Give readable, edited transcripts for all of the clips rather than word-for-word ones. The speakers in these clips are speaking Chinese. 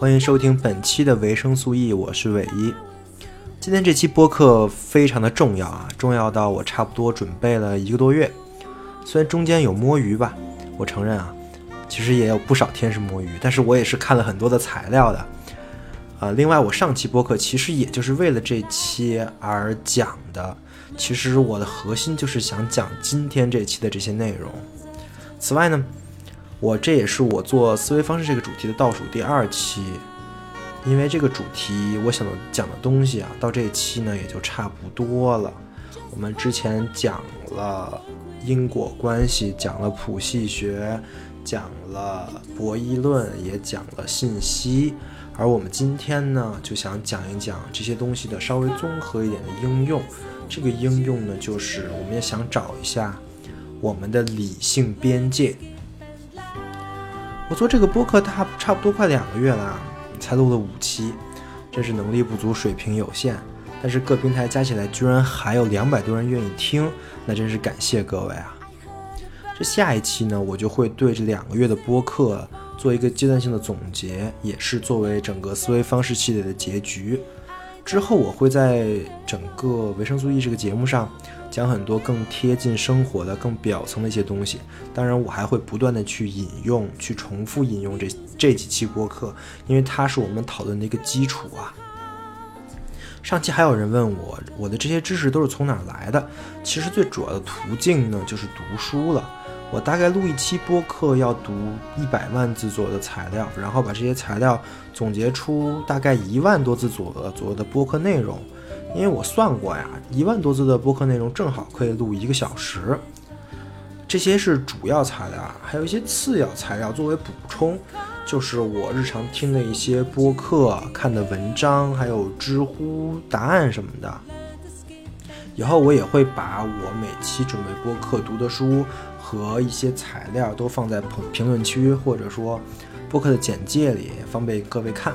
欢迎收听本期的维生素 E， 我是伟一。今天这期播客非常的重要啊，重要到我差不多准备了1个多月。虽然中间有摸鱼吧，我承认啊，其实也有不少天是摸鱼，但是我也是看了很多的材料的。另外我上期播客其实也就是为了这期而讲的，其实我的核心就是想讲今天这期的这些内容。此外呢，这也是我做思维方式这个主题的倒数第2期，因为这个主题我想讲的东西啊，到这一期呢也就差不多了。我们之前讲了因果关系，讲了谱系学，讲了博弈论，也讲了信息，而我们今天呢就想讲一讲这些东西的稍微综合一点的应用。这个应用呢，就是我们也想找一下我们的理性边界。我做这个播客差不多快2个月了，才录了5期，真是能力不足，水平有限。但是各平台加起来居然还有200多人愿意听，那真是感谢各位啊！这下一期呢，我就会对这2个月的播客做一个阶段性的总结，也是作为整个思维方式系列的结局。之后我会在整个维生素 E 这个节目上讲很多更贴近生活的、更表层的一些东西。当然我还会不断的去引用、去重复引用这几期播客，因为它是我们讨论的一个基础啊。上期还有人问我的这些知识都是从哪儿来的？其实最主要的途径呢，就是读书了。我大概录1期播客要读100万字左右的材料，然后把这些材料总结出大概1万多字左右的播客内容。因为我算过呀，1万多字的播客内容正好可以录1个小时。这些是主要材料，还有一些次要材料作为补充，就是我日常听的一些播客、看的文章，还有知乎答案什么的。以后我也会把我每期准备播客读的书和一些材料都放在评论区，或者说播客的简介里，方便各位看。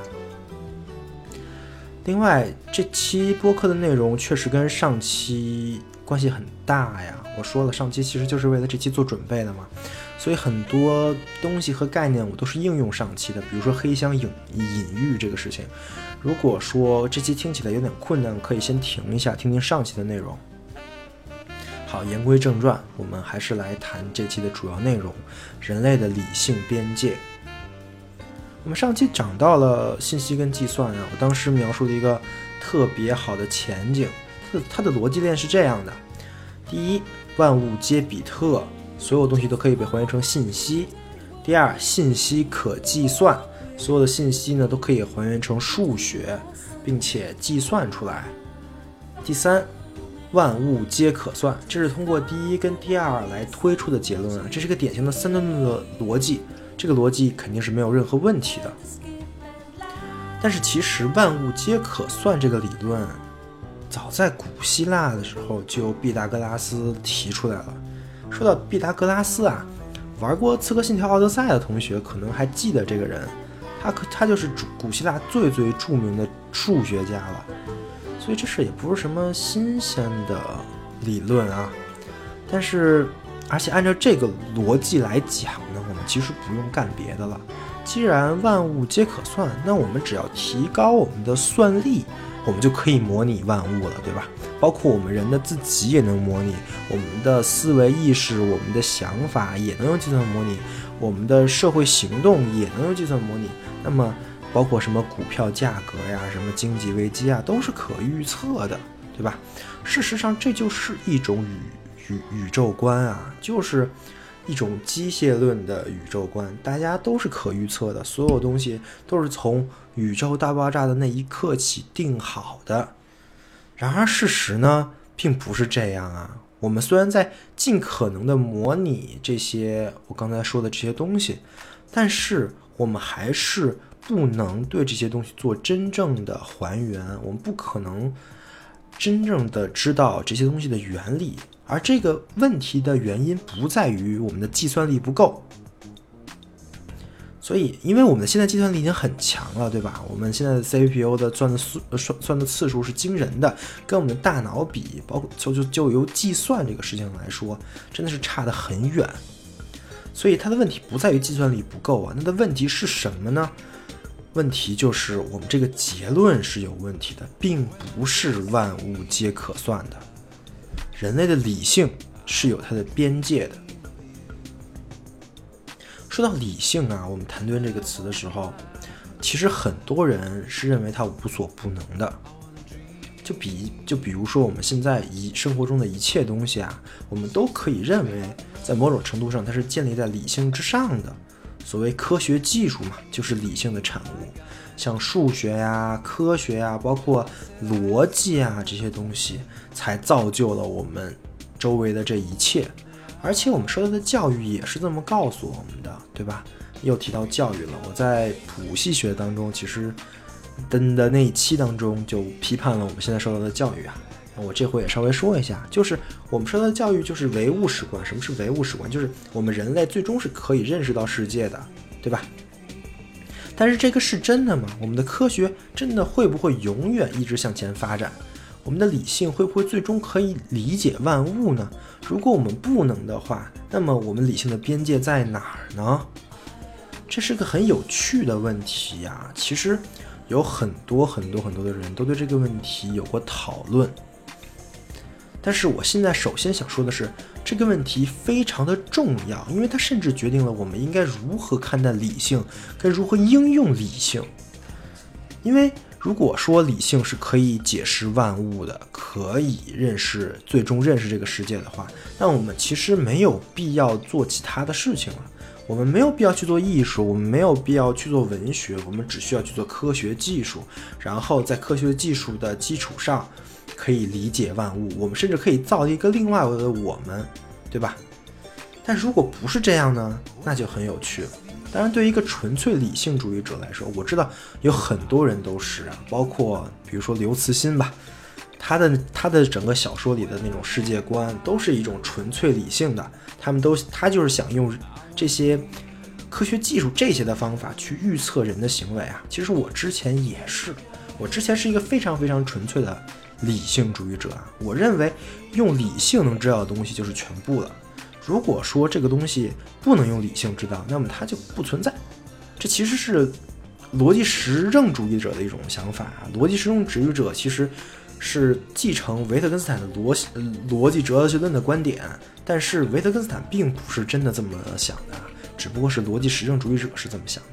另外，这期播客的内容确实跟上期关系很大呀。我说了，上期其实就是为了这期做准备的嘛，所以很多东西和概念我都是应用上期的。比如说黑箱隐喻这个事情，如果说这期听起来有点困难，可以先停一下，听听上期的内容。好，言归正传，我们还是来谈这期的主要内容：人类的理性边界。我们上期讲到了信息跟计算啊，我当时描述了一个特别好的前景，它的逻辑链是这样的：第一，万物皆比特，所有东西都可以被还原成信息；第二，信息可计算，所有的信息呢都可以还原成数学，并且计算出来；第三，万物皆可算，这是通过第一跟第二来推出的结论啊，这是个典型的3段论的逻辑，这个逻辑肯定是没有任何问题的。但是其实万物皆可算这个理论，早在古希腊的时候就由毕达哥拉斯提出来了。说到毕达哥拉斯啊，玩过《刺客信条：奥德赛》的同学可能还记得这个人，他就是古希腊最著名的数学家了。所以这事也不是什么新鲜的理论啊，而且按照这个逻辑来讲呢，我们其实不用干别的了。既然万物皆可算，那我们只要提高我们的算力，我们就可以模拟万物了，对吧？包括我们人的自己也能模拟，我们的思维意识、我们的想法也能用计算模拟，我们的社会行动也能用计算模拟。那么包括什么股票价格呀，什么经济危机啊，都是可预测的，对吧？事实上这就是一种宇宙观啊，就是一种机械论的宇宙观，大家都是可预测的，所有东西都是从宇宙大爆炸的那一刻起定好的。然而事实呢并不是这样啊，我们虽然在尽可能的模拟这些我刚才说的这些东西，但是我们还是不能对这些东西做真正的还原，我们不可能真正的知道这些东西的原理，而这个问题的原因不在于我们的计算力不够。所以因为我们的现在计算力已经很强了，对吧？我们现在的 CPU 的算的次数是惊人的，跟我们的大脑比，包括就由计算这个事情来说，真的是差得很远。所以它的问题不在于计算力不够啊，那的问题是什么呢？ 问题就是我们这个结论是有问题的，并不是万物皆可算的。人类的理性是有它的边界的。说到理性啊，我们谈论这个词的时候，其实很多人是认为它无所不能的。就比如说我们现在生活中的一切东西啊，我们都可以认为在某种程度上它是建立在理性之上的。所谓科学技术嘛，就是理性的产物，像数学呀、科学呀，包括逻辑啊这些东西，才造就了我们周围的这一切。而且我们受到的教育也是这么告诉我们的，对吧？又提到教育了，我在谱系学当中其实的那一期当中就批判了我们现在受到的教育啊。我这回也稍微说一下，就是我们受到的教育就是唯物史观。什么是唯物史观？就是我们人类最终是可以认识到世界的，对吧？但是这个是真的吗？我们的科学真的会不会永远一直向前发展？我们的理性会不会最终可以理解万物呢？如果我们不能的话，那么我们理性的边界在哪儿呢？这是个很有趣的问题呀。其实有很多的人都对这个问题有过讨论。但是我现在首先想说的是，这个问题非常的重要，因为它甚至决定了我们应该如何看待理性，跟如何应用理性。因为如果说理性是可以解释万物的，可以最终认识这个世界的话，那我们其实没有必要做其他的事情了。我们没有必要去做艺术，我们没有必要去做文学，我们只需要去做科学技术，然后在科学技术的基础上可以理解万物，我们甚至可以造一个另外的我们，对吧？但如果不是这样呢，那就很有趣了。当然对于一个纯粹理性主义者来说，我知道有很多人都是啊，包括比如说刘慈欣吧，他的整个小说里的那种世界观都是一种纯粹理性的，他就是想用这些科学技术这些的方法去预测人的行为啊。其实我之前是一个非常非常纯粹的理性主义者啊，我认为用理性能知道的东西就是全部了。如果说这个东西不能用理性知道，那么它就不存在。这其实是逻辑实证主义者的一种想法啊。逻辑实证主义者其实是继承维特根斯坦的逻辑哲学论的观点，但是维特根斯坦并不是真的这么想的，只不过是逻辑实证主义者是这么想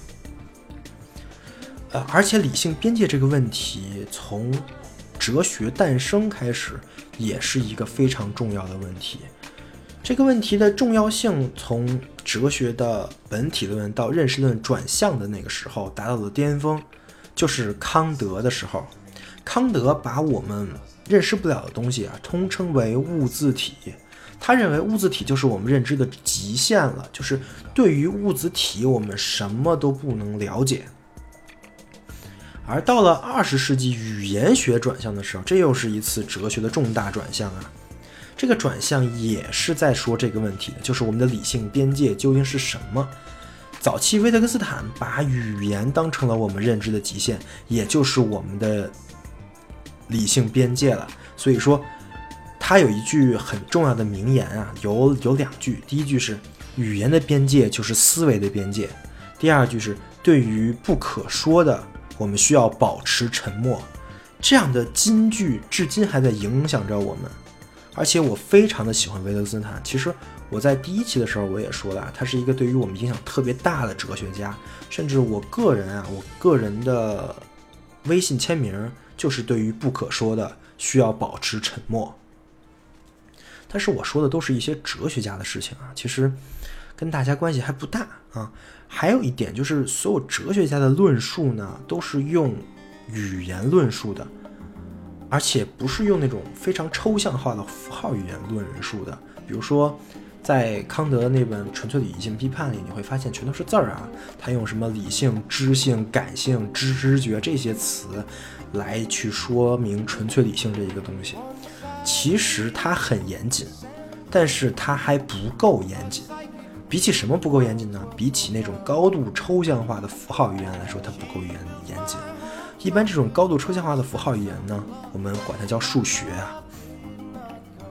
的。而且理性边界这个问题从哲学诞生开始也是一个非常重要的问题。这个问题的重要性从哲学的本体论到认识论转向的那个时候达到了巅峰，就是康德的时候。康德把我们认识不了的东西啊通称为物自体，他认为物自体就是我们认知的极限了，就是对于物自体我们什么都不能了解。而到了20世纪语言学转向的时候，这又是一次哲学的重大转向啊。这个转向也是在说这个问题的，就是我们的理性边界究竟是什么。早期维特根斯坦把语言当成了我们认知的极限，也就是我们的理性边界了。所以说他有一句很重要的名言啊，有2句。第一句是语言的边界就是思维的边界，第二句是对于不可说的我们需要保持沉默。这样的金句至今还在影响着我们。而且我非常的喜欢维特根斯坦，其实我在第1期的时候我也说了，他是一个对于我们影响特别大的哲学家，甚至我个人的微信签名就是对于不可说的需要保持沉默。但是我说的都是一些哲学家的事情啊，其实跟大家关系还不大啊。还有一点就是所有哲学家的论述呢都是用语言论述的，而且不是用那种非常抽象化的符号语言论述的。比如说在康德那本《纯粹理性批判》里，你会发现全都是字儿啊，他用什么理性、知性、感性、知觉这些词来去说明纯粹理性这一个东西。其实它很严谨，但是它还不够严谨。比起什么不够严谨呢？比起那种高度抽象化的符号语言来说，它不够严谨。一般这种高度抽象化的符号语言呢，我们管它叫数学啊。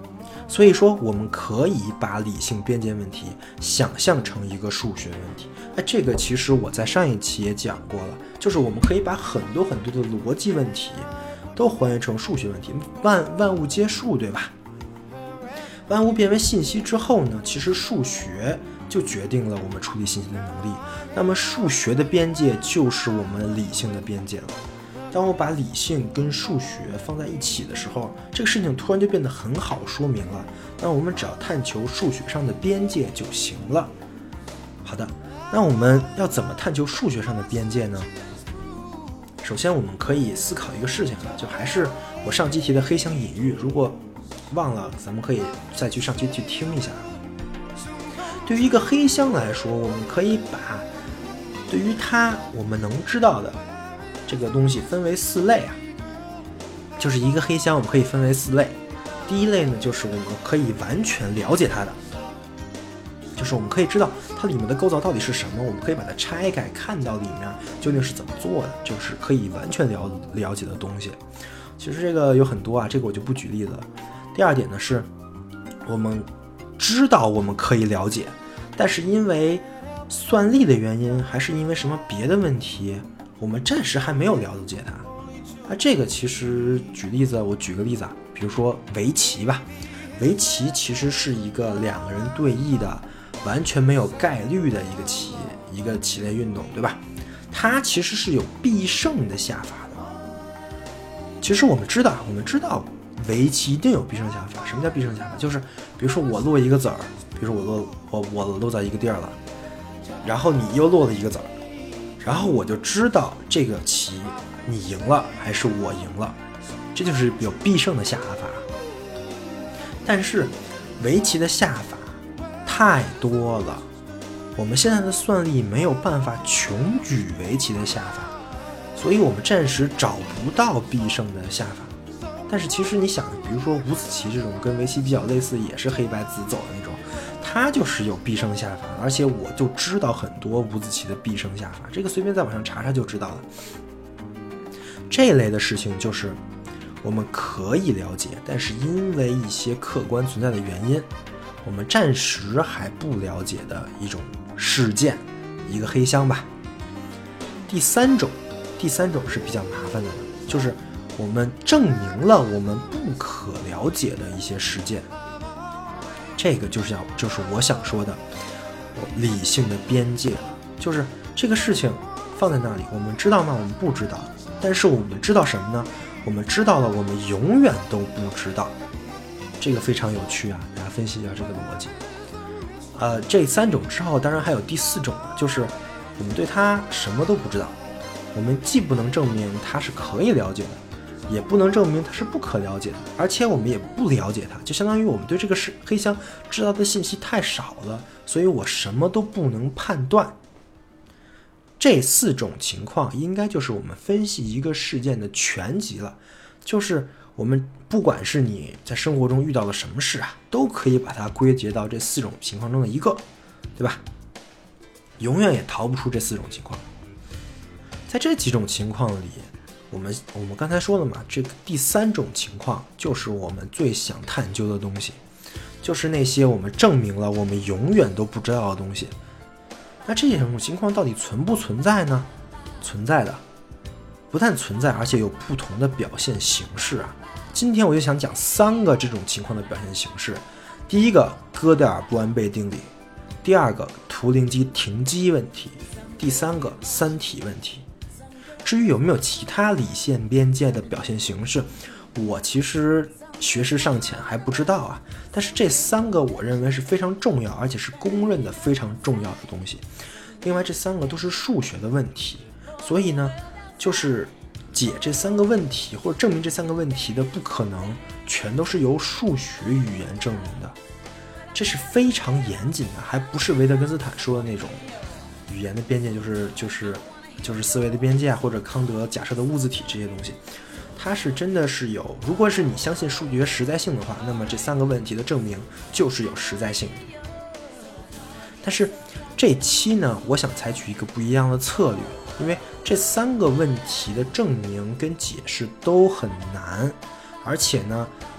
所以说我们可以把理性边界问题想象成一个数学问题。这个其实我在上一期也讲过了，就是我们可以把很多的逻辑问题都还原成数学问题。万物皆数，对吧？万物变为信息之后呢，其实数学就决定了我们处理信息的能力。那么数学的边界就是我们理性的边界了。当我把理性跟数学放在一起的时候，这个事情突然就变得很好说明了。那我们只要探求数学上的边界就行了。好的，那我们要怎么探求数学上的边界呢？首先我们可以思考一个事情啊，就还是我上期提的黑箱隐喻，如果忘了咱们可以再去上期去听一下。对于一个黑箱来说，我们可以把对于它我们能知道的这个东西分为4类啊，就是一个黑箱我们可以分为4类。第一类呢，就是我们可以完全了解它的，就是我们可以知道它里面的构造到底是什么，我们可以把它拆开，看到里面究竟是怎么做的，就是可以完全了解的东西。其实这个有很多啊，这个我就不举例子了。第二点呢，是我们知道我们可以了解，但是因为算力的原因，还是因为什么别的问题，我们暂时还没有了解它。这个其实我举个例子啊，比如说围棋吧。围棋其实是一个2个人对弈的完全没有概率的一个棋类运动，对吧？它其实是有必胜的下法的。其实我们知道围棋一定有必胜下法。什么叫必胜下法？就是比如说我落一个子儿，比如说我落在一个地儿了，然后你又落了一个子儿，然后我就知道这个棋你赢了还是我赢了，这就是有必胜的下法。但是围棋的下法太多了，我们现在的算力没有办法穷举围棋的下法，所以我们暂时找不到必胜的下法。但是其实你想，比如说五子棋这种跟围棋比较类似，也是黑白子走的那种，它就是有必胜下法，而且我就知道很多五子棋的必胜下法，这个随便在网上查查就知道了。这类的事情就是我们可以了解，但是因为一些客观存在的原因，我们暂时还不了解的一种事件，一个黑箱吧。第三种是比较麻烦的了，就是我们证明了我们不可了解的一些事件，这个就是我想说的理性的边界了。就是这个事情放在那里，我们知道吗？我们不知道，但是我们知道什么呢？我们知道了，我们永远都不知道。这个非常有趣啊，大家分析一下这个逻辑。这3种之后，当然还有第4种，就是我们对它什么都不知道，我们既不能证明它是可以了解的，也不能证明它是不可了解的，而且我们也不了解它，就相当于我们对这个黑箱知道的信息太少了，所以我什么都不能判断。这4种情况应该就是我们分析一个事件的全集了，就是我们不管是你在生活中遇到了什么事啊，都可以把它归结到这4种情况中的一个，对吧？永远也逃不出这4种情况。在这几种情况里，我们刚才说了嘛，这个第3种情况就是我们最想探究的东西，就是那些我们证明了我们永远都不知道的东西。那这种情况到底存不存在呢？存在的，不但存在，而且有不同的表现形式啊。今天我就想讲3个这种情况的表现形式。第一个，哥德尔不完备定理；第二个，图灵机停机问题；第3个，三体问题。至于有没有其他理线边界的表现形式，我其实学识尚浅还不知道啊。但是这3个我认为是非常重要，而且是公认的非常重要的东西。另外这3个都是数学的问题，所以呢，就是解这3个问题或者证明这3个问题的不可能，全都是由数学语言证明的。这是非常严谨的，还不是维特根斯坦说的那种语言的边界，就是思维的边界啊，或者康德假设的物自体这些东西。它是真的是有，如果是你相信数学实在性的话，那么这3个问题的证明就是有实在性的。但是这期呢，我想采取一个不一样的策略，因为这3个问题的证明跟解释都很难，而且呢，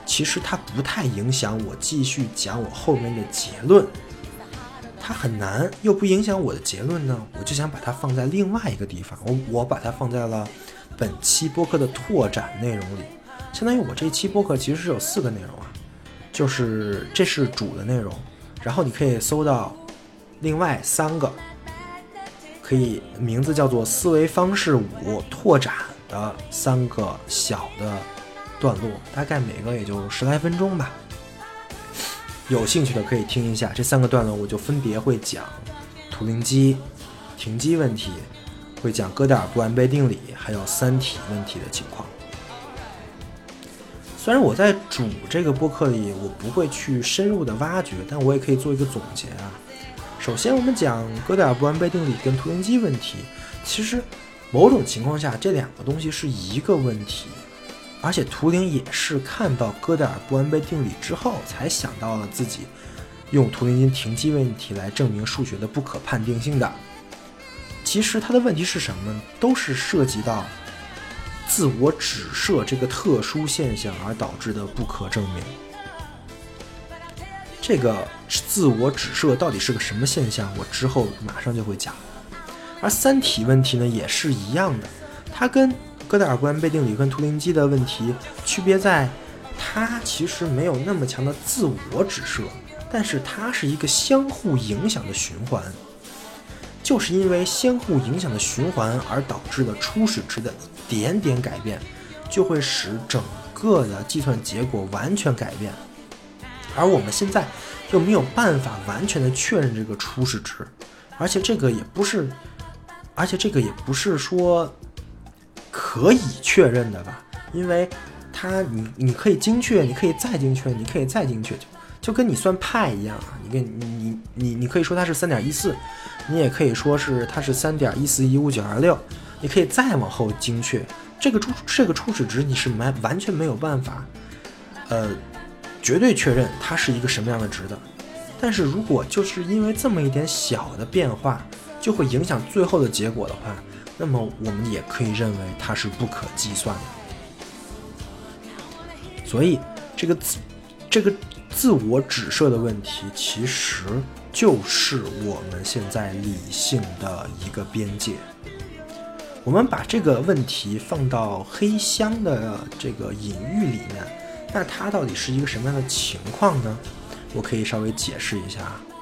其实它不太影响我继续讲我后面的结论，它很难又不影响我的结论呢，我就想把它放在另外一个地方，我把它放在了本期播客的拓展内容里。相当于我这一期播客其实是有4个内容啊，就是这是主的内容，然后你可以搜到另外3个，可以名字叫做思维方式5拓展的3个小的段落，大概每个也就10来分钟吧。有兴趣的可以听一下，这3个段落我就分别会讲图灵机、停机问题，会讲哥德尔不完备定理，还有三体问题的情况。虽然我在主这个播客里我不会去深入的挖掘，但我也可以做一个总结啊。首先我们讲哥德尔不完备定理跟图灵机问题，其实某种情况下这2个东西是一个问题，而且图灵也是看到哥德尔不完备定理之后才想到了自己用图灵机停机问题来证明数学的不可判定性的。其实它的问题是什么，都是涉及到自我指涉这个特殊现象而导致的不可证明。这个自我指涉到底是个什么现象，我之后马上就会讲。而三体问题呢也是一样的，它跟哥德尔不完备定理跟图灵机的问题区别在它其实没有那么强的自我指涉，但是它是一个相互影响的循环。就是因为相互影响的循环而导致的初始值的一点点改变，就会使整个的计算结果完全改变。而我们现在又没有办法完全的确认这个初始值，而且这个也不是说可以确认的吧？因为它你可以精确，你可以再精确，你可以再精确，就跟你算派一样啊。你可以说它是 3.14， 你也可以说是它是 3.1415926， 你可以再往后精确。这个初始值你是完全没有办法绝对确认它是一个什么样的值的。但是如果就是因为这么一点小的变化就会影响最后的结果的话，那么我们也可以认为它是不可计算的。所以这个自我指涉的问题其实就是我们现在理性的一个边界。我们把这个问题放到黑箱的这个隐喻里面，那它到底是一个什么样的情况呢？我可以稍微解释一下。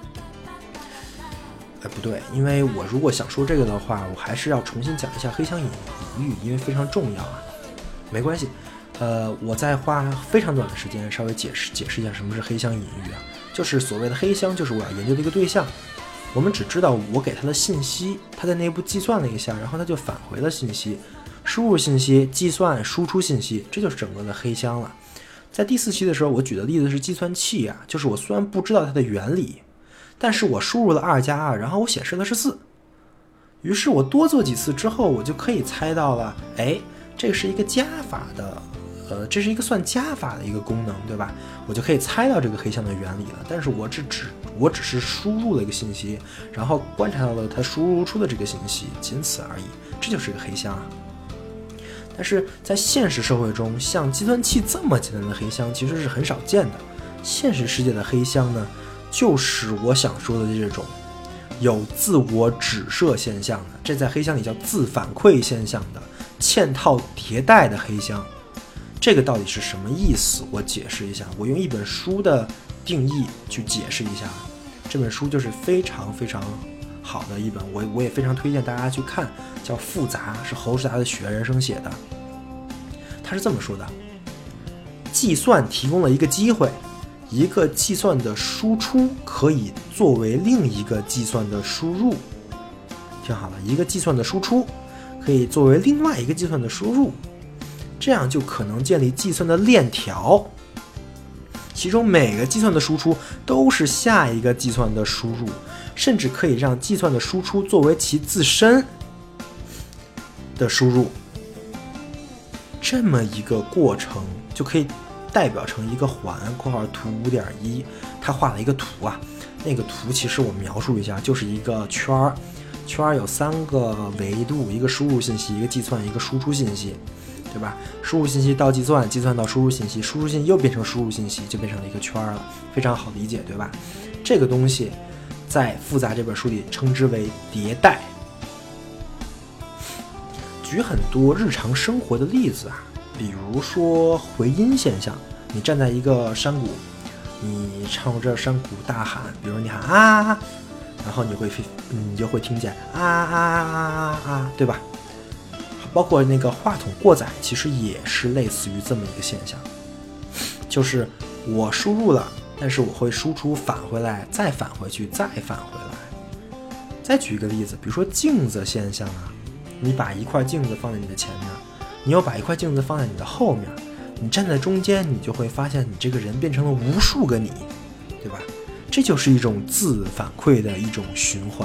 不对，因为我如果想说这个的话，我还是要重新讲一下黑箱隐喻，因为非常重要啊。没关系，我再花非常短的时间稍微解释一下什么是黑箱隐喻啊。就是所谓的黑箱，就是我要研究的一个对象，我们只知道我给他的信息，他在内部计算了一下，然后他就返回了信息，输入信息、计算、输出信息，这就是整个的黑箱了。在第4期的时候，我举的例子是计算器啊，就是我虽然不知道它的原理，但是我输入了2+2，然后我显示的是4，于是我多做几次之后，我就可以猜到了，这个是一个加法的，这是一个算加法的一个功能，对吧？我就可以猜到这个黑箱的原理了。但是我只是输入了一个信息，然后观察到了它输入出的这个信息，仅此而已，这就是一个黑箱啊。但是在现实社会中，像计算器这么简单的黑箱其实是很少见的。现实世界的黑箱呢，就是我想说的这种有自我指涉现象的，这在黑箱里叫自反馈现象的嵌套迭代的黑箱。这个到底是什么意思？我解释一下，我用一本书的定义去解释一下。这本书就是非常非常好的一本，我也非常推荐大家去看，叫《复杂》，是侯世达的许愿人生写的。他是这么说的：计算提供了一个机会，一个计算的输出可以作为另一个计算的输入。听好了，一个计算的输出可以作为另外一个计算的输入，这样就可能建立计算的链条，其中每个计算的输出都是下一个计算的输入，甚至可以让计算的输出作为其自身的输入。这么一个过程就可以代表成一个环（括号图 5.1）， 他画了一个图啊，那个图其实我描述一下，就是一个圈儿有3个维度，一个输入信息，一个计算，一个输出信息。 对吧？输入信息到计算，计算到输入信息，输入信息又变成输入信息，就变成了一个圈了，非常好理解，对吧？这个东西在复杂这本书里称之为迭代。举很多日常生活的例子啊，比如说回音现象，你站在一个山谷，你唱着山谷大喊，比如你喊啊，然后你就会听见啊，对吧？包括那个话筒过载，其实也是类似于这么一个现象，就是我输入了，但是我会输出返回来，再返回去，再返回来。再举一个例子，比如说镜子现象啊，你把一块镜子放在你的前面，你又把一块镜子放在你的后面，你站在中间，你就会发现你这个人变成了无数个你，对吧？这就是一种自反馈的一种循环。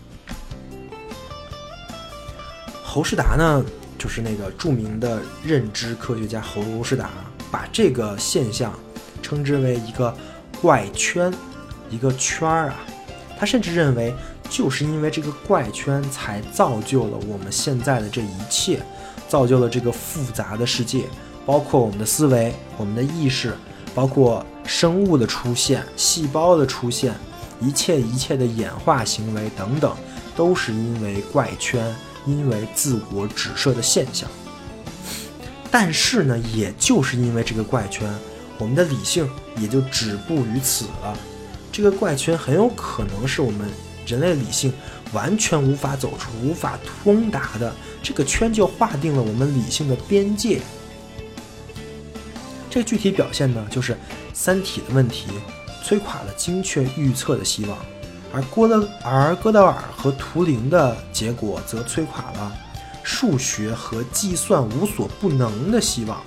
侯世达呢，就是那个著名的认知科学家侯世达，把这个现象称之为一个怪圈，一个圈啊。他甚至认为，就是因为这个怪圈，才造就了我们现在的这一切，造就了这个复杂的世界，包括我们的思维、我们的意识，包括生物的出现、细胞的出现，一切的演化行为等等，都是因为怪圈，因为自我指涉的现象。但是呢，也就是因为这个怪圈，我们的理性也就止步于此了。这个怪圈很有可能是我们人类理性完全无法走出、无法通达的，这个圈就划定了我们理性的边界。这个具体表现呢，就是三体的问题摧垮了精确预测的希望，而哥德尔和图灵的结果则摧垮了数学和计算无所不能的希望。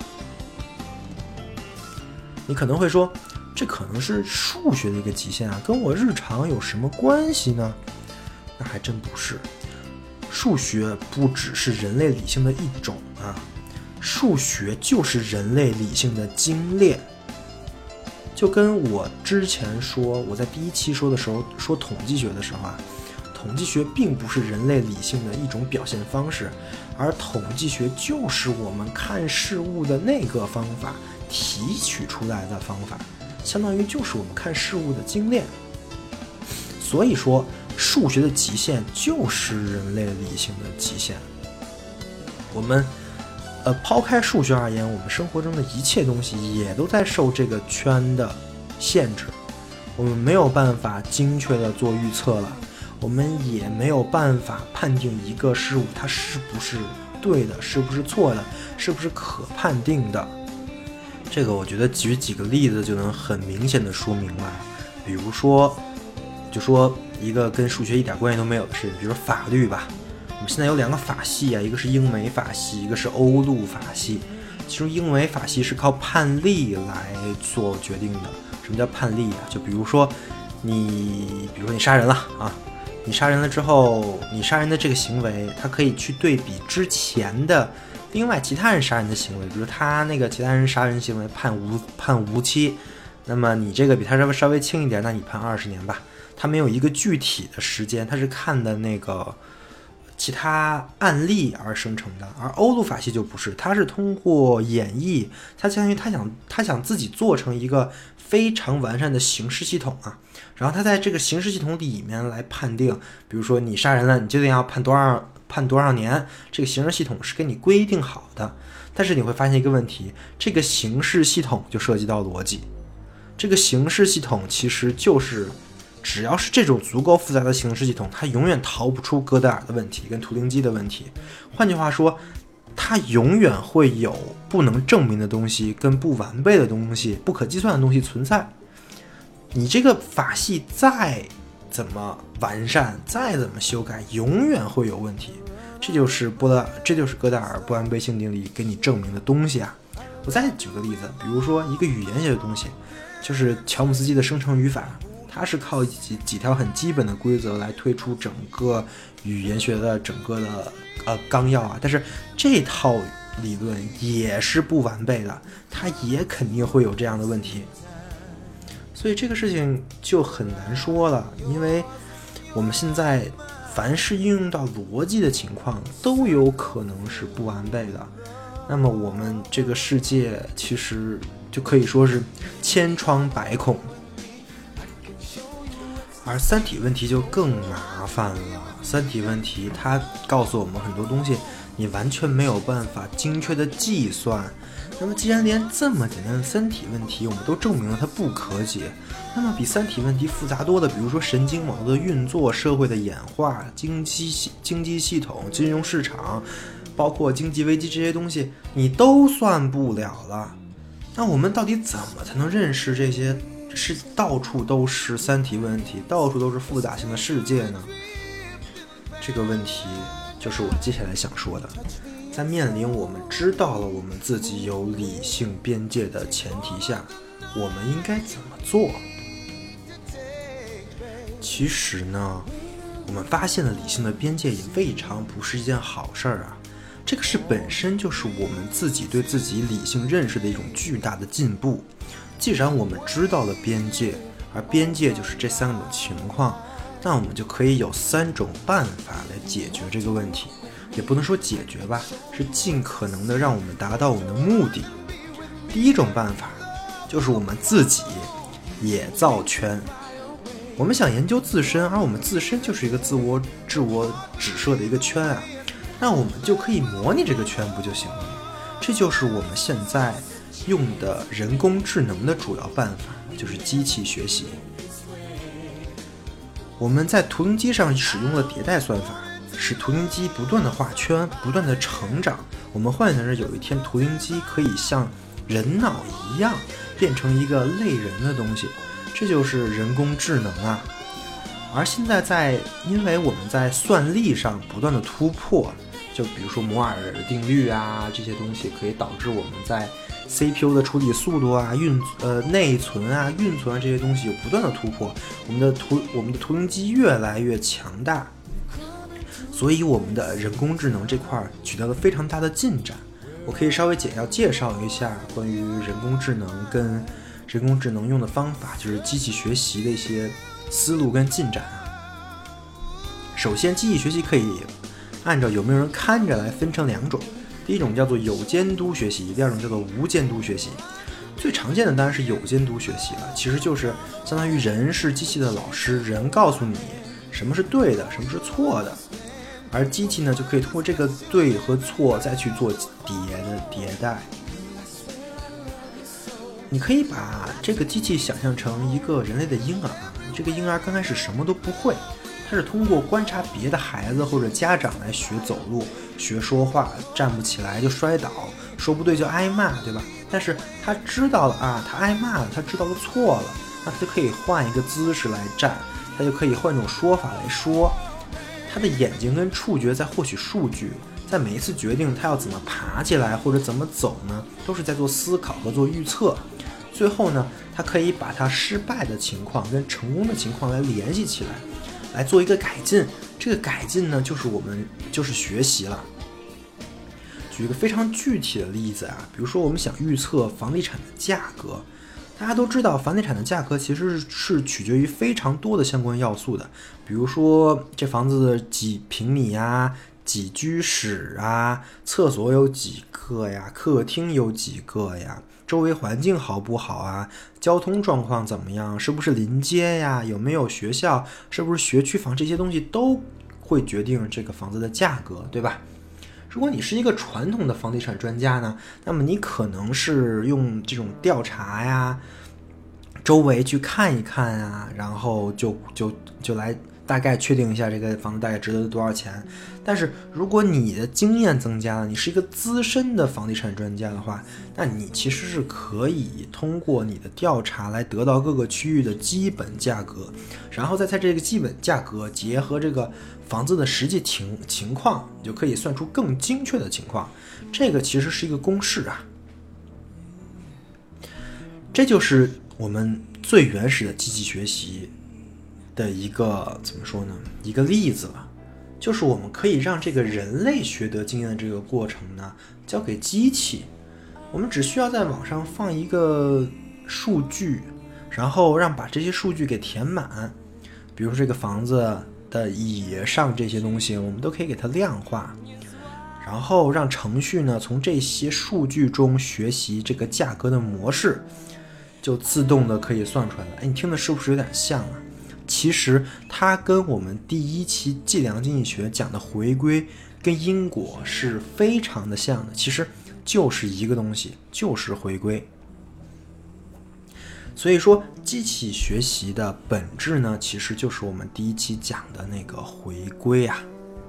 你可能会说，这可能是数学的一个极限啊，跟我日常有什么关系呢？那还真不是。数学不只是人类理性的一种啊，数学就是人类理性的精炼。就跟我之前说，我在第一期说的时候说统计学的时候啊，统计学并不是人类理性的一种表现方式，而统计学就是我们看事物的那个方法提取出来的方法，相当于就是我们看事物的精炼。所以说，数学的极限就是人类理性的极限。我们抛开数学而言，我们生活中的一切东西也都在受这个圈的限制。我们没有办法精确的做预测了，我们也没有办法判定一个事物它是不是对的，是不是错的，是不是可判定的。这个我觉得举几个例子就能很明显的说明来。比如说，就说一个跟数学一点关系都没有的事情，比如说法律吧。我们现在有两个法系啊，一个是英美法系，一个是欧陆法系。其中英美法系是靠判例来做决定的。什么叫判例啊？就比如说你杀人了啊，你杀人了之后，你杀人的这个行为，它可以去对比之前的另外其他人杀人的行为，比如他那个其他人杀人行为判无期，那么你这个比他稍微轻一点，那你判20年吧。它没有一个具体的时间，它是看的那个其他案例而生成的。而欧陆法系就不是，它是通过演绎，它相当于他想自己做成一个非常完善的刑事系统啊，然后他在这个刑事系统里面来判定，比如说你杀人了，你就得要判多少年，这个刑事系统是给你规定好的。但是你会发现一个问题，这个刑事系统就涉及到逻辑，这个刑事系统其实就是只要是这种足够复杂的刑事系统，它永远逃不出哥德尔的问题跟图灵机的问题。换句话说，它永远会有不能证明的东西跟不完备的东西、不可计算的东西存在。你这个法系再怎么完善，再怎么修改，永远会有问题。这就是哥德尔不完备性定理给你证明的东西啊。我再举个例子，比如说一个语言学的东西，就是乔姆斯基的生成语法，它是靠几条很基本的规则来推出整个语言学的整个的纲要啊，但是这套理论也是不完备的，它也肯定会有这样的问题。所以这个事情就很难说了，因为我们现在凡是应用到逻辑的情况都有可能是不完备的。 那么我们这个世界其实就可以说是千疮百孔。而三体问题就更麻烦了，三体问题它告诉我们很多东西你完全没有办法精确的计算。那么既然连这么简单的三体问题我们都证明了它不可解，那么比三体问题复杂多的，比如说神经网络的运作、社会的演化、经济系统、金融市场，包括经济危机这些东西你都算不了了。那我们到底怎么才能认识这些是到处都是三体问题，到处都是复杂性的世界呢？这个问题就是我接下来想说的。在面临我们知道了我们自己有理性边界的前提下，我们应该怎么做？其实呢，我们发现了理性的边界也未尝不是一件好事啊。这个是本身就是我们自己对自己理性认识的一种巨大的进步。既然我们知道了边界，而边界就是这三种情况，那我们就可以有3种办法来解决这个问题。也不能说解决吧，是尽可能的让我们达到我们的目的。第一种办法就是我们自己也造圈。我们想研究自身，而我们自身就是一个自我指射的一个圈啊，那我们就可以模拟这个圈不就行了吗？这就是我们现在用的人工智能的主要办法，就是机器学习。我们在图灵机上使用了迭代算法，使图灵机不断的画圈，不断的成长。我们幻想着有一天图灵机可以像人脑一样变成一个类人的东西，这就是人工智能啊。而现在因为我们在算力上不断的突破，就比如说摩尔定律啊，这些东西可以导致我们在 CPU 的处理速度啊、内存啊、运存啊这些东西有不断的突破，我们的图灵机越来越强大。所以我们的人工智能这块取得了非常大的进展。我可以稍微简要介绍一下关于人工智能跟人工智能用的方法，就是机器学习的一些思路跟进展啊。首先，机器学习可以按照有没有人看着来分成2种，第一种叫做有监督学习，第二种叫做无监督学习。最常见的当然是有监督学习了，其实就是相当于人是机器的老师，人告诉你什么是对的，什么是错的。而机器呢，就可以通过这个对和错再去做迭代。你可以把这个机器想象成一个人类的婴儿，这个婴儿刚开始什么都不会，他是通过观察别的孩子或者家长来学走路、学说话，站不起来就摔倒，说不对就挨骂，对吧？但是他知道了啊，他挨骂了，他知道了错了，那他就可以换一个姿势来站，他就可以换一种说法来说。他的眼睛跟触觉在获取数据，在每一次决定他要怎么爬起来或者怎么走呢，都是在做思考和做预测。最后呢，他可以把他失败的情况跟成功的情况来联系起来，来做一个改进。这个改进呢，就是学习了。举一个非常具体的例子啊，比如说我们想预测房地产的价格。大家都知道，房地产的价格其实是取决于非常多的相关要素的，比如说这房子的几平米啊、几居室啊、厕所有几个呀、客厅有几个呀、周围环境好不好啊、交通状况怎么样、是不是临街呀、有没有学校、是不是学区房，这些东西都会决定这个房子的价格，对吧？如果你是一个传统的房地产专家呢，那么你可能是用这种调查呀，周围去看一看啊，然后就来大概确定一下这个房子大概值得多少钱。但是如果你的经验增加了，你是一个资深的房地产专家的话，那你其实是可以通过你的调查来得到各个区域的基本价格，然后再在这个基本价格结合这个房子的实际情况，你就可以算出更精确的情况。这个其实是一个公式啊，这就是我们最原始的机器学习的一个怎么说呢？一个例子了，就是我们可以让这个人类学得经验的这个过程呢，交给机器。我们只需要在网上放一个数据，然后把这些数据给填满，比如说这个房子的以上这些东西，我们都可以给它量化。 然后让程序呢从这些数据中学习这个价格的模式，就自动的可以算出来了。你听的是不是有点像啊？其实它跟我们第一期计量经济学讲的回归跟因果是非常的像的，其实就是一个东西，就是回归。所以说机器学习的本质呢，其实就是我们第一期讲的那个回归啊。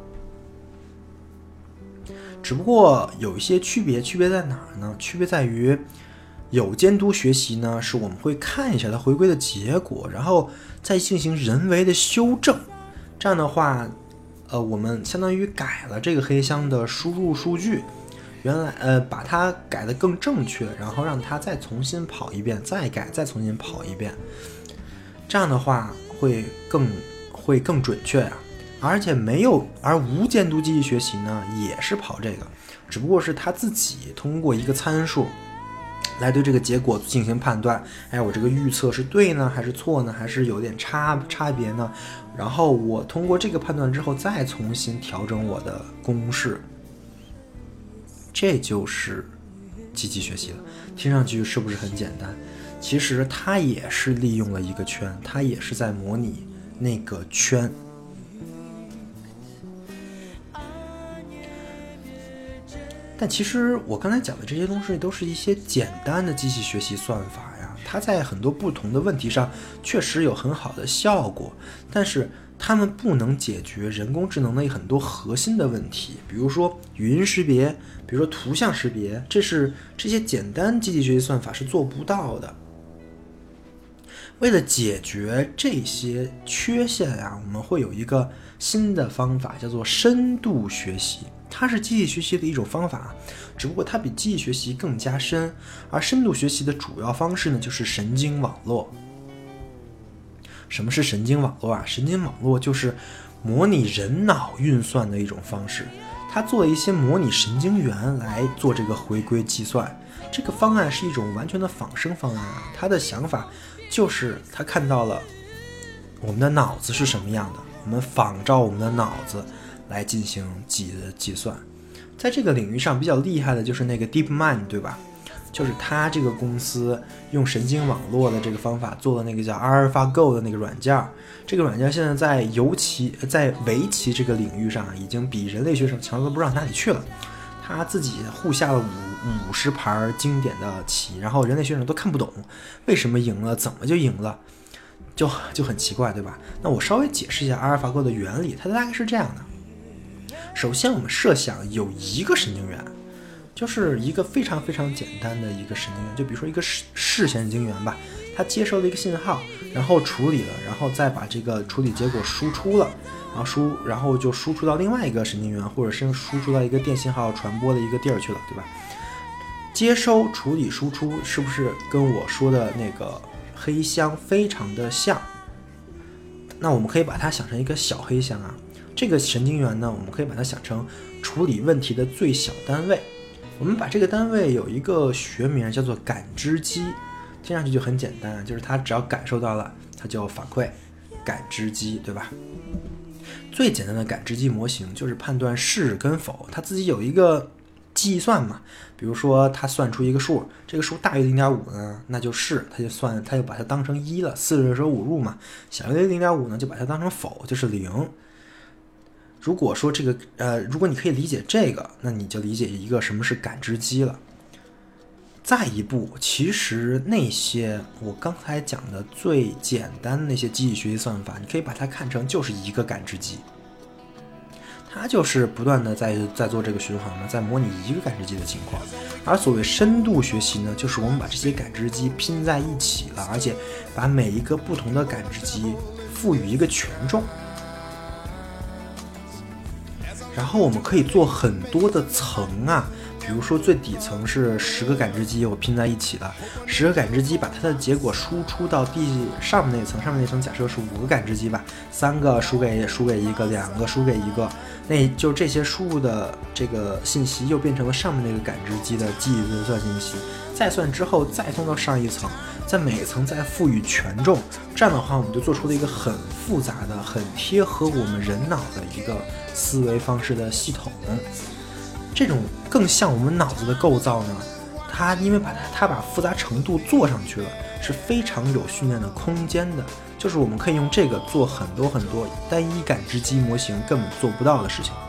只不过有一些区别在哪儿呢？区别在于有监督学习呢，是我们会看一下它回归的结果，然后再进行人为的修正。这样的话，我们相当于改了这个黑箱的输入数据，原来把它改得更正确，然后让它再重新跑一遍，再改，再重新跑一遍。这样的话会更准确呀。而无监督机器学习呢，也是跑这个，只不过是它自己通过一个参数来对这个结果进行判断，我这个预测是对呢还是错呢，还是有点差别呢？然后我通过这个判断之后再重新调整我的公式，这就是机器学习了。听上去是不是很简单？其实它也是利用了一个圈，它也是在模拟那个圈。但其实我刚才讲的这些东西都是一些简单的机器学习算法呀，它在很多不同的问题上确实有很好的效果，但是它们不能解决人工智能的很多核心的问题，比如说语音识别，比如说图像识别，这些简单机器学习算法是做不到的。为了解决这些缺陷啊，我们会有一个新的方法，叫做深度学习。它是机器学习的一种方法，只不过它比机器学习更加深。而深度学习的主要方式呢，就是神经网络。什么是神经网络啊？神经网络就是模拟人脑运算的一种方式，它做了一些模拟神经元来做这个回归计算。这个方案是一种完全的仿生方案啊，它的想法就是他看到了我们的脑子是什么样的，我们仿照我们的脑子来进行计算。在这个领域上比较厉害的就是那个 DeepMind， 对吧？就是他这个公司用神经网络的这个方法做的那个叫 AlphaGo 的那个软件。这个软件现在在围棋这个领域上已经比人类学生强得不知道哪里去了。他自己互下了50盘经典的棋，然后人类学生都看不懂为什么赢了，怎么就赢了，就很奇怪，对吧？那我稍微解释一下阿尔法狗的原理，它大概是这样的。首先我们设想有一个神经元，就是一个非常非常简单的一个神经元，就比如说一个视神经元吧，它接收了一个信号，然后处理了，然后再把这个处理结果输出了，然后就输出到另外一个神经元，或者是输出到一个电信号传播的一个地儿去了，对吧？接收、处理、输出，是不是跟我说的那个黑箱非常的像？那我们可以把它想成一个小黑箱啊。这个神经元呢，我们可以把它想成处理问题的最小单位。我们把这个单位有一个学名叫做感知机，听上去就很简单，就是它只要感受到了，它就反馈，感知机，对吧？最简单的感知机模型就是判断是跟否，它自己有一个计算嘛。比如说它算出一个数，这个数大于 0.5 呢，那就是它就把它当成1了，4舍5入嘛。小于 0.5 呢，就把它当成否，就是0。如果说如果你可以理解这个，那你就理解一个什么是感知机了。再一步，其实那些我刚才讲的最简单的那些机器学习算法，你可以把它看成就是一个感知机，它就是不断的在做这个循环嘛，在模拟一个感知机的情况。而所谓深度学习呢，就是我们把这些感知机拼在一起了，而且把每一个不同的感知机赋予一个权重，然后我们可以做很多的层啊。比如说最底层是10个感知机，我拼在一起了，10个感知机把它的结果输出到上面那层假设是5个感知机吧，3个输给一个，2个输给一个，那就这些输入的这个信息又变成了上面那个感知机的计算信息，再算之后再送到上一层，在每层再赋予权重，这样的话我们就做出了一个很复杂的、很贴合我们人脑的一个思维方式的系统。 这种更像我们脑子的构造呢，它因为它把复杂程度做上去了，是非常有训练的空间的，就是我们可以用这个做很多很多单一感知基模型根本做不到的事情。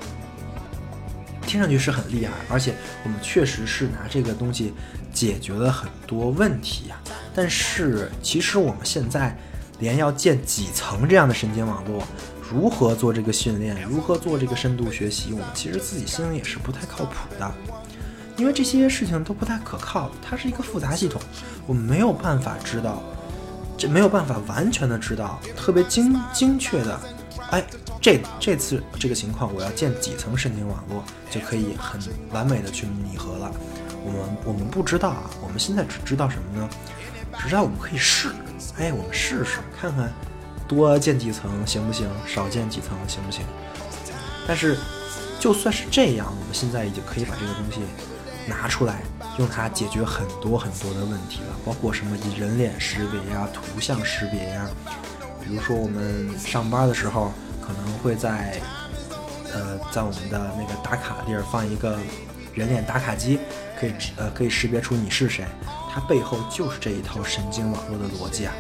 听上去是很厉害，而且我们确实是拿这个东西解决了很多问题啊。但是其实我们现在连要建几层这样的神经网络，如何做这个训练，如何做这个深度学习，我们其实自己心里也是不太靠谱的，因为这些事情都不太可靠，它是一个复杂系统，我们没有办法知道，没有办法完全的知道特别精确的，这次这个情况我要建几层神经网络就可以很完美的去拟合了。我们不知道啊，我们现在只知道什么呢？只知道我们可以试，我们试试看看多建几层行不行，少建几层行不行。但是就算是这样，我们现在已经可以把这个东西拿出来，用它解决很多很多的问题了，包括什么人脸识别呀、图像识别呀。比如说我们上班的时候可能会在我们的那个打卡地儿放一个人脸打卡机，可以识别出你是谁，它背后就是这一套神经网络的逻辑啊。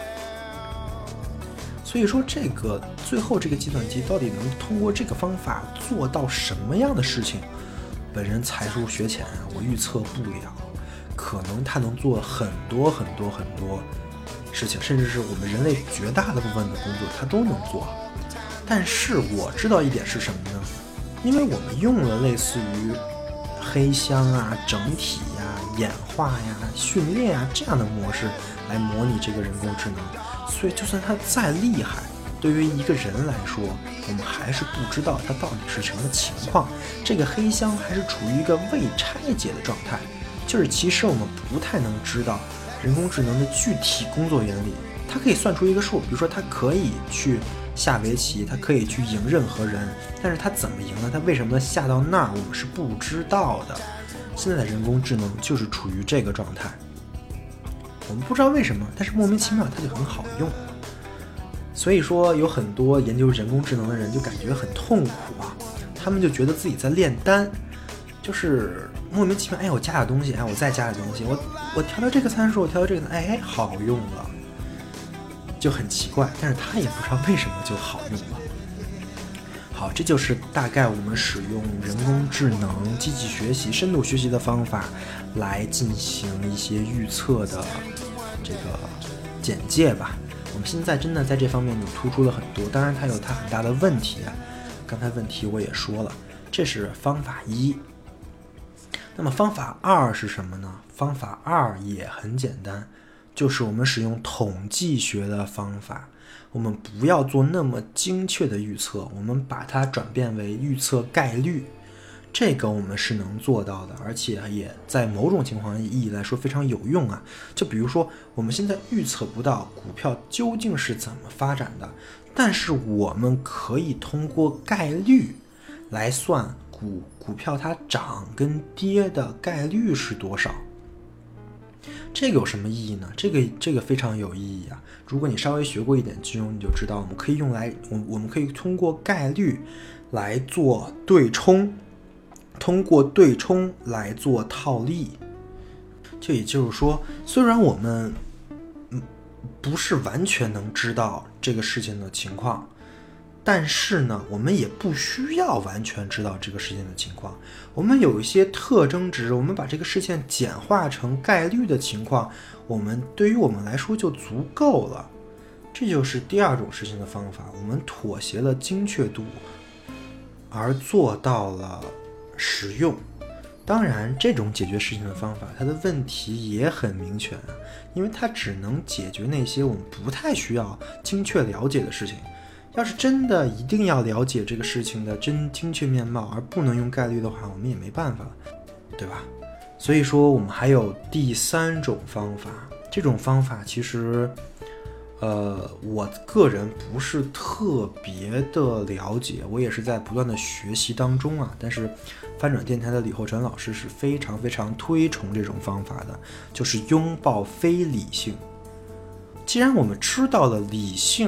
所以说最后这个计算机到底能通过这个方法做到什么样的事情，本人才疏学浅，我预测不了。可能它能做很多很多很多事情，甚至是我们人类绝大的部分的工作它都能做。但是我知道一点是什么呢？因为我们用了类似于黑箱啊、整体呀、演化呀、训练啊这样的模式来模拟这个人工智能，所以就算它再厉害，对于一个人来说，我们还是不知道它到底是什么情况。这个黑箱还是处于一个未拆解的状态，就是其实我们不太能知道人工智能的具体工作原理。它可以算出一个数，比如说它可以去下围棋，它可以去赢任何人，但是它怎么赢呢？它为什么下到那儿，我们是不知道的。现在的人工智能就是处于这个状态，我们不知道为什么，但是莫名其妙它就很好用。所以说有很多研究人工智能的人就感觉很痛苦啊，他们就觉得自己在炼丹，就是莫名其妙，我加点东西，我再加点东西，我调到这个参数，我调到这个，好用了，就很奇怪，但是他也不知道为什么就好用了。好，这就是大概我们使用人工智能、机器学习、深度学习的方法来进行一些预测的这个简介吧。我们现在真的在这方面就突出了很多，当然它有它很大的问题啊。刚才问题我也说了，这是方法一。那么方法二是什么呢？方法二也很简单，就是我们使用统计学的方法，我们不要做那么精确的预测，我们把它转变为预测概率。这个我们是能做到的，而且也在某种情况意义来说非常有用啊。就比如说我们现在预测不到股票究竟是怎么发展的，但是我们可以通过概率来算股票它涨跟跌的概率是多少。这个有什么意义呢？这个非常有意义啊！如果你稍微学过一点金融，你就知道我们可以通过概率来做对冲，通过对冲来做套利。就也就是说，虽然我们不是完全能知道这个事情的情况，但是呢，我们也不需要完全知道这个事情的情况。我们有一些特征值，我们把这个事件简化成概率的情况，对于我们来说就足够了。这就是第二种事情的方法，我们妥协了精确度，而做到了实用。当然，这种解决事情的方法，它的问题也很明确啊，因为它只能解决那些我们不太需要精确了解的事情。要是真的一定要了解这个事情的精确面貌，而不能用概率的话，我们也没办法，对吧？所以说我们还有第三种方法，这种方法其实我个人不是特别的了解，我也是在不断的学习当中啊。但是翻转电台的李厚辰老师是非常非常推崇这种方法的，就是拥抱非理性。既然我们知道了理性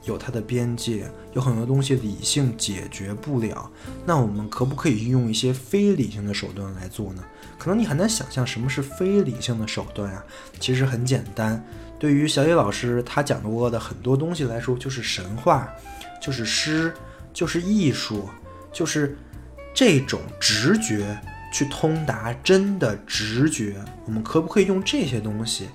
有它的边界，有很多东西理性解决不了，那我们可不可以用一些非理性的手段来做呢？可能你很难想象什么是非理性的手段啊，其实很简单。对于小野老师他讲过的很多东西来说，就是神话，就是诗，就是艺术，就是这种直觉去通达真的直觉，我们可不可以用这些东西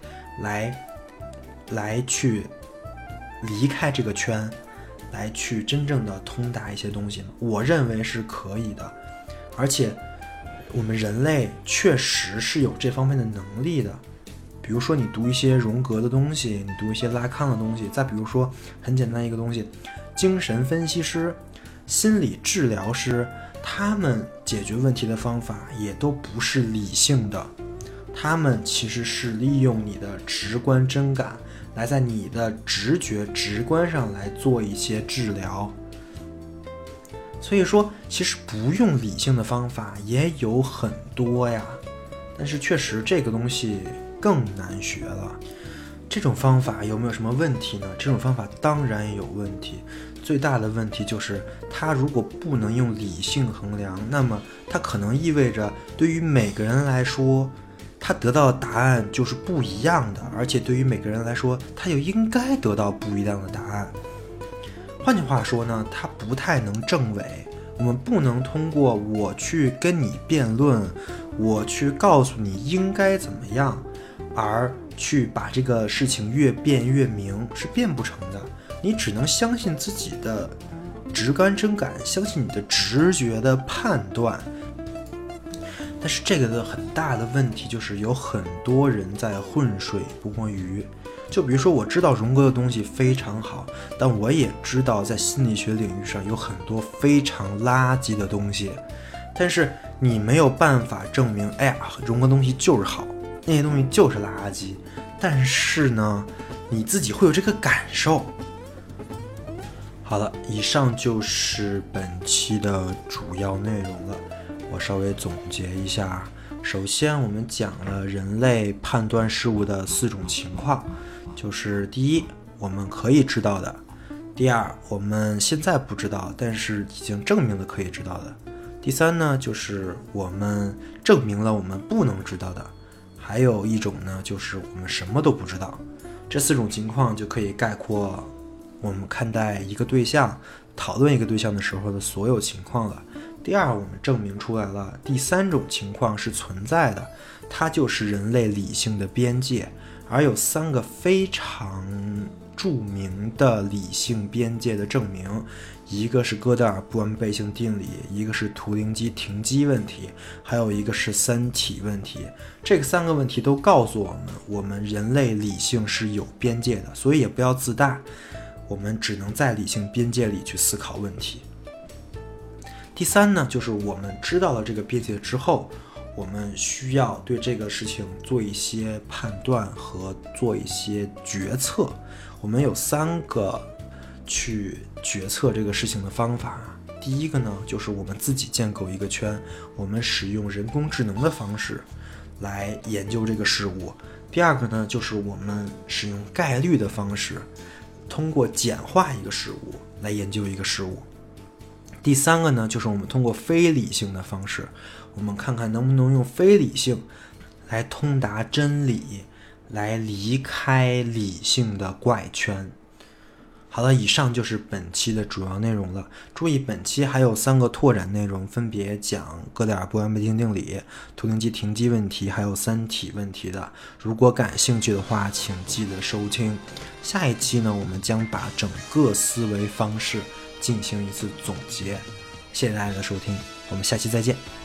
来去离开这个圈，来去真正的通达一些东西呢？我认为是可以的，而且我们人类确实是有这方面的能力的。比如说你读一些荣格的东西，你读一些拉康的东西，再比如说很简单一个东西，精神分析师、心理治疗师，他们解决问题的方法也都不是理性的，他们其实是利用你的直观真感，来在你的直觉直观上来做一些治疗。所以说其实不用理性的方法也有很多呀，但是确实这个东西更难学了。这种方法有没有什么问题呢？这种方法当然有问题，最大的问题就是它如果不能用理性衡量，那么它可能意味着对于每个人来说，他得到的答案就是不一样的，而且对于每个人来说，他就应该得到不一样的答案。换句话说呢，它不太能证伪。我们不能通过我去跟你辩论，我去告诉你应该怎么样，而去把这个事情越辩越明，是辩不成的。你只能相信自己的直观真感，相信你的直觉的判断。但是这个的很大的问题就是有很多人在浑水摸鱼。就比如说我知道荣格的东西非常好，但我也知道在心理学领域上有很多非常垃圾的东西，但是你没有办法证明荣格东西就是好，那些东西就是垃圾，但是呢你自己会有这个感受。好了，以上就是本期的主要内容了，我稍微总结一下。首先我们讲了人类判断事物的4种情况，就是第一，我们可以知道的；第二，我们现在不知道但是已经证明了可以知道的；第三呢，就是我们证明了我们不能知道的；还有一种呢，就是我们什么都不知道。这4种情况就可以概括我们看待一个对象、讨论一个对象的时候的所有情况了。第二，我们证明出来了第3种情况是存在的，它就是人类理性的边界，而有3个非常著名的理性边界的证明，一个是哥德尔不完备性定理，一个是图灵机停机问题，还有一个是三体问题。这个3个问题都告诉我们人类理性是有边界的，所以也不要自大，我们只能在理性边界里去思考问题。第三呢，就是我们知道了这个边界之后，我们需要对这个事情做一些判断和做一些决策。我们有3个去决策这个事情的方法。第一个呢，就是我们自己建构一个圈，我们使用人工智能的方式来研究这个事物。第二个呢，就是我们使用概率的方式，通过简化一个事物来研究一个事物。第3个呢，就是我们通过非理性的方式，我们看看能不能用非理性来通达真理，来离开理性的怪圈。好了，以上就是本期的主要内容了。注意，本期还有3个拓展内容，分别讲哥德尔不完备性定理、图灵机停机问题，还有三体问题的。如果感兴趣的话，请记得收听。下一期呢，我们将把整个思维方式进行一次总结。谢谢大家的收听，我们下期再见。